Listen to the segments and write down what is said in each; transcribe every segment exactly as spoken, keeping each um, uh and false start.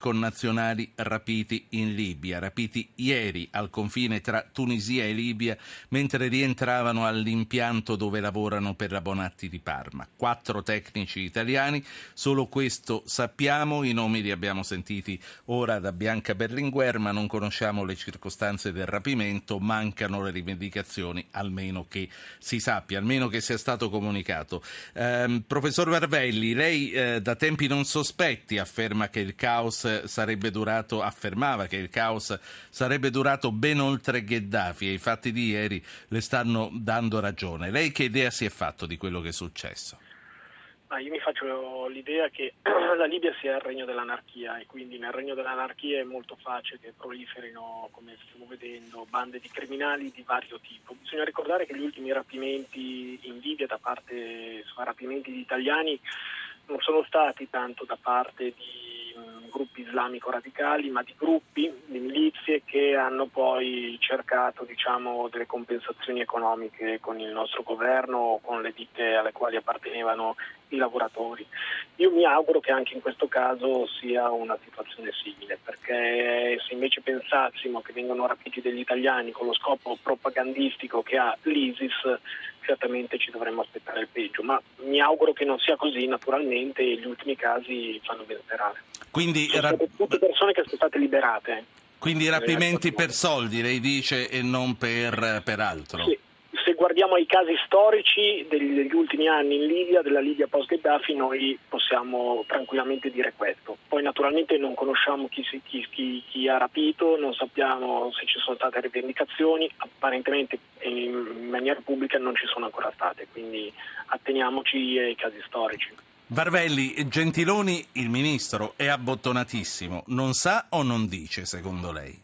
connazionali rapiti in Libia, rapiti ieri al confine tra Tunisia e Libia mentre rientravano all'impianto dove lavorano per la Bonatti di Parma. Quattro tecnici italiani, solo questo sappiamo, i nomi li abbiamo sentiti ora da Bianca Berlinguer, ma non conosciamo le circostanze del rapimento, mancano le rivendicazioni, almeno che si sappia, almeno che sia stato comunicato. Eh, professor Varvelli, lei eh, da tempi non sospetti afferma che il caos sarebbe durato, affermava che il caos sarebbe durato ben oltre Gheddafi e i fatti di ieri le stanno dando ragione. Lei che idea si è fatto di quello che è successo? Ah, io mi faccio l'idea che la Libia sia il regno dell'anarchia e quindi nel regno dell'anarchia è molto facile che proliferino, come stiamo vedendo, bande di criminali di vario tipo. Bisogna ricordare che gli ultimi rapimenti in Libia da parte, rapimenti di italiani non sono stati tanto da parte di gruppi islamico-radicali, ma di gruppi, di milizie che hanno poi cercato, diciamo, delle compensazioni economiche con il nostro governo o con le ditte alle quali appartenevano i lavoratori. Io mi auguro che anche in questo caso sia una situazione simile, perché se invece pensassimo che vengono rapiti degli italiani con lo scopo propagandistico che ha l'ISIS, certamente ci dovremmo aspettare il peggio, ma mi auguro che non sia così, naturalmente, e gli ultimi casi fanno ben sperare. Quindi sono rap- state tutte persone che sono state liberate. Quindi rapimenti per soldi, lei dice, e non per, per altro. Sì. Se guardiamo ai casi storici degli, degli ultimi anni in Libia, della Libia post-Gheddafi, noi possiamo tranquillamente dire questo. Poi naturalmente non conosciamo chi, si, chi, chi, chi ha rapito, non sappiamo se ci sono state rivendicazioni, apparentemente in maniera pubblica non ci sono ancora state, quindi atteniamoci ai casi storici. Varvelli, Gentiloni, il ministro, è abbottonatissimo, non sa o non dice secondo lei?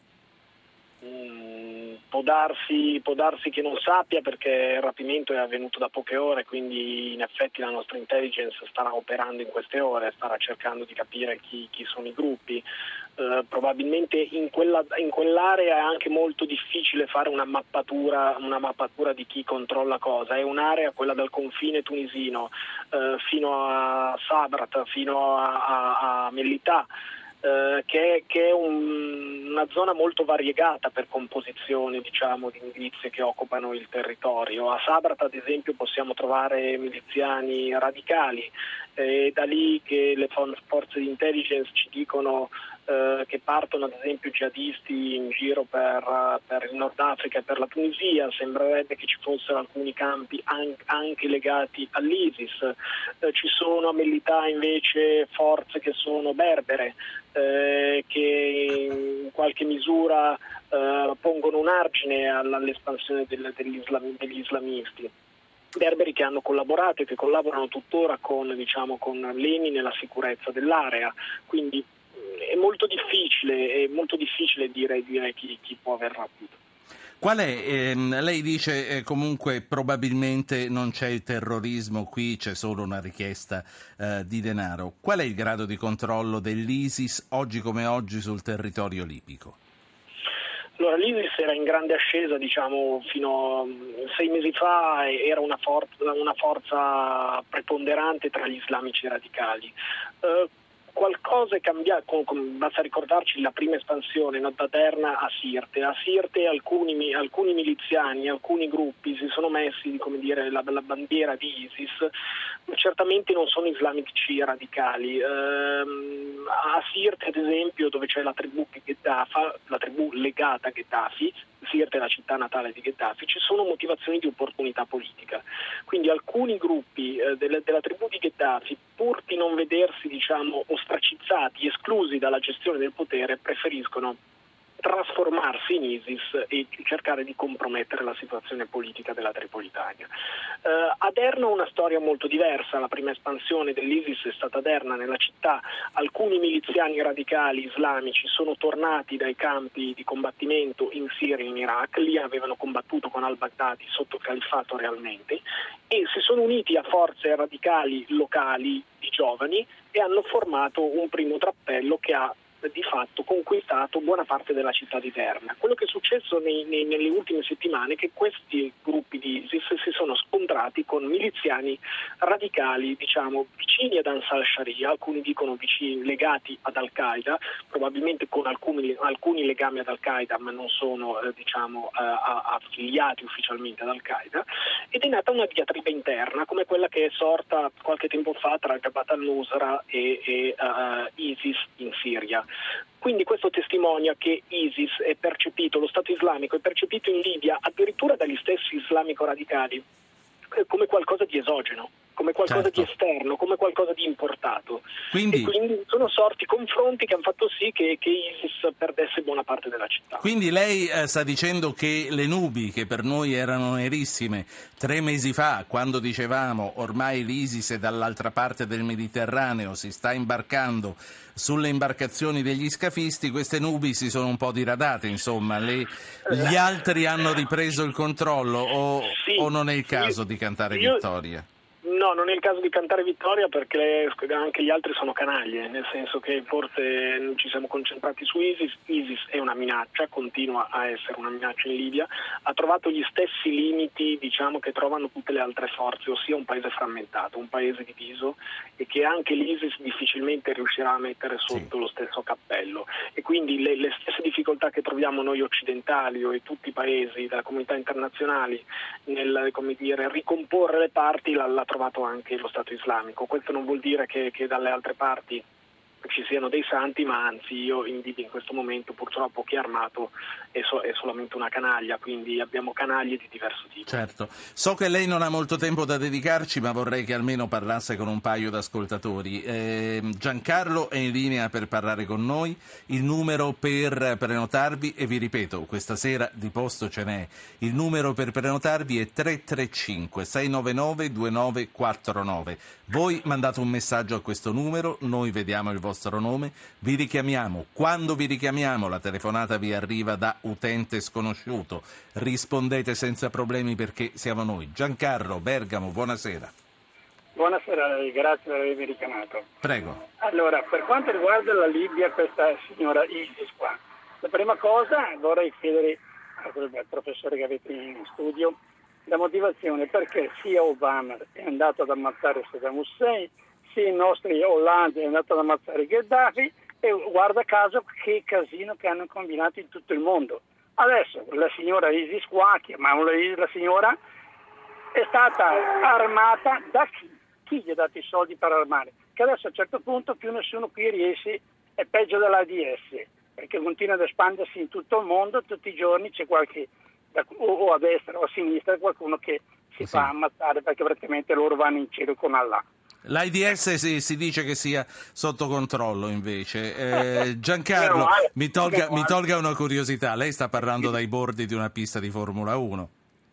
Può darsi, può darsi che non sappia, perché il rapimento è avvenuto da poche ore, quindi in effetti la nostra intelligence starà operando in queste ore, starà cercando di capire chi, chi sono i gruppi. Uh, probabilmente in, quella, in quell'area è anche molto difficile fare una mappatura, una mappatura di chi controlla cosa. È un'area, quella dal confine tunisino, uh, fino a Sabrat, fino a, a, a Mellità, Uh, che, che è un, una zona molto variegata per composizione, diciamo, di milizie che occupano il territorio. A Sabrat, ad esempio, possiamo trovare miliziani radicali, e da lì che le forze di intelligence ci dicono uh, che partono, ad esempio, jihadisti in giro per, per il Nord Africa e per la Tunisia. Sembrerebbe che ci fossero alcuni campi an- anche legati all'ISIS. Uh, ci sono a Mellità invece forze che sono berbere, Eh, che in qualche misura eh, pongono un argine all'espansione del, degli, islam, degli islamisti. Berberi che hanno collaborato e che collaborano tuttora con, diciamo, con l'E N I nella sicurezza dell'area, quindi è molto difficile, è molto difficile dire, dire chi, chi può aver rapito. Qual è, ehm, lei dice eh, comunque probabilmente non c'è il terrorismo qui, c'è solo una richiesta eh, di denaro. Qual è il grado di controllo dell'ISIS oggi come oggi sul territorio libico? Allora, l'ISIS era in grande ascesa, diciamo, fino a sei mesi fa, era una, for- una forza preponderante tra gli islamici radicali. Uh, Qualcosa è cambiato, basta ricordarci la prima espansione, no, da Derna a Sirte. A Sirte alcuni, alcuni miliziani, alcuni gruppi si sono messi, come dire, la, la bandiera di ISIS, ma certamente non sono islamici radicali. Ehm, a Sirte, ad esempio, dove c'è la tribù Gheddafi, la tribù legata a Gheddafi, Sirte è la città natale di Gheddafi, ci sono motivazioni di opportunità politica. Quindi alcuni gruppi eh, delle, della tribù di Gheddafi, pur di non vedersi, diciamo, ostracizzati, esclusi dalla gestione del potere, preferiscono trasformarsi in ISIS e cercare di compromettere la situazione politica della Tripolitania. Uh, a Derna una storia molto diversa. La prima espansione dell'ISIS è stata a Derna, nella città. Alcuni miliziani radicali islamici sono tornati dai campi di combattimento in Siria e in Iraq, lì avevano combattuto con al-Baghdadi sotto califfato realmente, e si sono uniti a forze radicali locali di giovani e hanno formato un primo drappello che ha di fatto conquistato buona parte della città di Derna. Quello che è successo nei, nei, nelle ultime settimane è che questi gruppi di ISIS si sono scontrati con miliziani radicali, diciamo, vicini ad Ansar Sharia, alcuni dicono vicini, legati ad Al-Qaeda, probabilmente con alcuni, alcuni legami ad Al-Qaeda, ma non sono eh, diciamo, eh, affiliati ufficialmente ad Al-Qaeda, ed è nata una diatriba interna, come quella che è sorta qualche tempo fa tra Jabhat al-Nusra e, e uh, ISIS in Siria. Quindi questo testimonia che ISIS è percepito, lo Stato islamico è percepito in Libia addirittura dagli stessi islamico-radicali come qualcosa di esogeno, come qualcosa certo. di esterno, come qualcosa di importato. Quindi, e quindi sono sorti confronti che hanno fatto sì che, che ISIS perdesse buona parte della città. Quindi lei eh, sta dicendo che le nubi, che per noi erano nerissime tre mesi fa, quando dicevamo ormai l'ISIS è dall'altra parte del Mediterraneo, si sta imbarcando sulle imbarcazioni degli scafisti, queste nubi si sono un po' diradate, insomma, le, gli altri hanno ripreso il controllo o, sì, o non è il caso io, di cantare io... vittoria? No, non è il caso di cantare vittoria perché anche gli altri sono canaglie, nel senso che forse ci siamo concentrati su ISIS. ISIS è una minaccia, continua a essere una minaccia in Libia, ha trovato gli stessi limiti, diciamo, che trovano tutte le altre forze, ossia un paese frammentato, un paese diviso e che anche l'ISIS difficilmente riuscirà a mettere sotto sì. lo stesso cappello. E quindi le, le stesse difficoltà che troviamo noi occidentali o e tutti i paesi della comunità internazionale nel, come dire, ricomporre le parti la, la trovato anche lo Stato islamico. Questo non vuol dire che, che dalle altre parti ci siano dei santi, ma anzi io in Libia in questo momento purtroppo chi è armato è, so, è solamente una canaglia, quindi abbiamo canaglie di diverso tipo. Certo, so che lei non ha molto tempo da dedicarci, ma vorrei che almeno parlasse con un paio di ascoltatori. Eh, Giancarlo è in linea per parlare con noi, il numero per prenotarvi, e vi ripeto, questa sera di posto ce n'è, il numero per prenotarvi è tre tre cinque sei nove nove due nove quattro nove. Voi mandate un messaggio a questo numero, noi vediamo il vostro nome, vi richiamiamo. Quando vi richiamiamo la telefonata vi arriva da utente sconosciuto, rispondete senza problemi perché siamo noi. Giancarlo, Bergamo, buonasera. Buonasera, grazie per avermi richiamato. Prego. Allora, per quanto riguarda la Libia, questa signora ISIS qua, la prima cosa vorrei chiedere al professore che avete in studio la motivazione perché sia Obama è andato ad ammazzare Saddam Hussein, sia i nostri Hollande è andato ad ammazzare Gheddafi, e guarda caso che casino che hanno combinato in tutto il mondo. Adesso la signora ISIS qua, chiamiamola ISIS, la signora è stata armata da chi? Chi gli ha dato i soldi per armare? Che adesso a un certo punto più nessuno qui riesce, è peggio dell'AIDS, perché continua ad espandersi in tutto il mondo, tutti i giorni c'è qualche, o a destra o a sinistra, qualcuno che si sì. fa ammazzare perché praticamente loro vanno in cielo con Allah. L'AIDS si, si dice che sia sotto controllo invece. Eh, Giancarlo, mi tolga, mi tolga una curiosità, lei sta parlando dai bordi di una pista di Formula uno?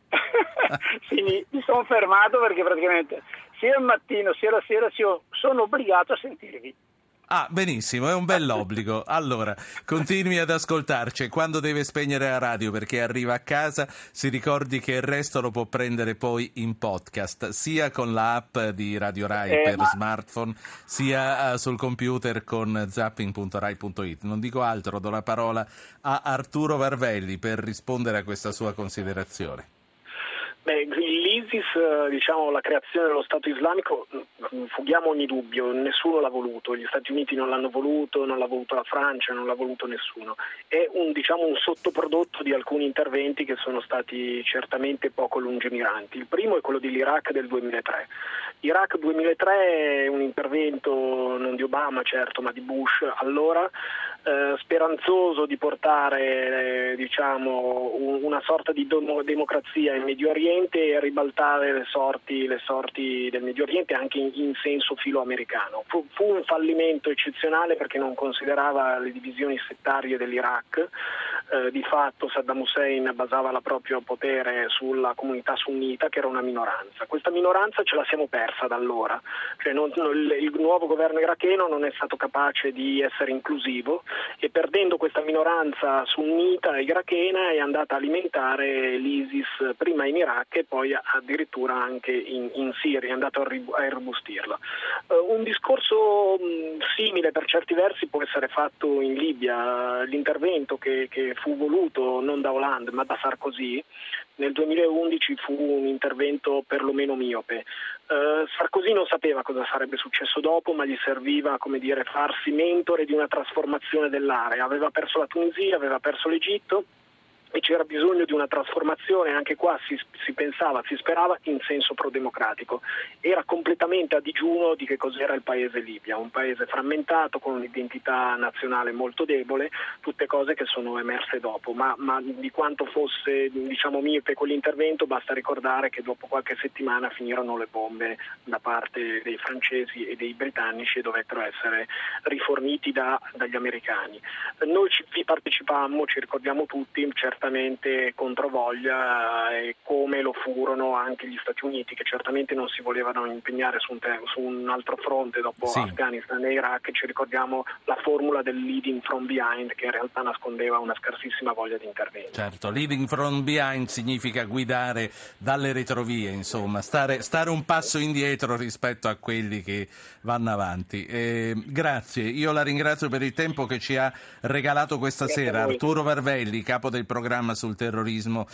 Sì, mi, mi sono fermato perché praticamente sia il mattino sia la sera sono obbligato a sentirvi. Ah, benissimo, è un bell'obbligo. Allora, continui ad ascoltarci. Quando deve spegnere la radio perché arriva a casa, si ricordi che il resto lo può prendere poi in podcast, sia con l'app di Radio Rai eh, per ma... smartphone, sia uh, sul computer con zapping punto rai punto it. Non dico altro, do la parola a Arturo Varvelli per rispondere a questa sua considerazione. Beh, l'ISIS, diciamo, la creazione dello Stato islamico, fughiamo ogni dubbio, nessuno l'ha voluto, gli Stati Uniti non l'hanno voluto, non l'ha voluto la Francia, non l'ha voluto nessuno. È un, diciamo, un sottoprodotto di alcuni interventi che sono stati certamente poco lungimiranti. Il primo è quello dell'Iraq del duemilatré. Iraq duemilatré è un intervento non di Obama certo, ma di Bush allora, eh, speranzoso di portare eh, diciamo un, una sorta di dom- democrazia in Medio Oriente e ribaltare le sorti, le sorti del Medio Oriente anche in, in senso filoamericano. Fu, fu un fallimento eccezionale perché non considerava le divisioni settarie dell'Iraq. Eh, di fatto Saddam Hussein basava il proprio potere sulla comunità sunnita che era una minoranza. Questa minoranza ce la siamo persa da allora, cioè non, non, il nuovo governo iracheno non è stato capace di essere inclusivo e perdendo questa minoranza sunnita irachena è andata a alimentare l'ISIS prima in Iraq Iraq e poi addirittura anche in, in Siria, è andato a, ri, a irrobustirla. Uh, un discorso mh, simile per certi versi può essere fatto in Libia. L'intervento che, che fu voluto non da Hollande ma da Sarkozy nel duemilaundici fu un intervento perlomeno miope. Uh, Sarkozy non sapeva cosa sarebbe successo dopo, ma gli serviva, come dire, farsi mentore di una trasformazione dell'area. Aveva perso la Tunisia, aveva perso l'Egitto e c'era bisogno di una trasformazione, anche qua si, si pensava, si sperava in senso pro-democratico. Era completamente a digiuno di che cos'era il paese Libia, un paese frammentato con un'identità nazionale molto debole, tutte cose che sono emerse dopo, ma, ma di quanto fosse, diciamo, miope quell'intervento basta ricordare che dopo qualche settimana finirono le bombe da parte dei francesi e dei britannici e dovettero essere riforniti da, dagli americani. Noi ci, vi partecipammo, ci ricordiamo tutti, certamente controvoglia, e come lo furono anche gli Stati Uniti, che certamente non si volevano impegnare su un, te- su un altro fronte dopo sì. Afghanistan e Iraq. Ci ricordiamo la formula del leading from behind, che in realtà nascondeva una scarsissima voglia di intervento. Certo, leading from behind significa guidare dalle retrovie, insomma, stare, stare un passo indietro rispetto a quelli che vanno avanti. Eh, grazie, io la ringrazio per il tempo che ci ha regalato questa grazie sera. Arturo Varvelli, capo del programma sul terrorismo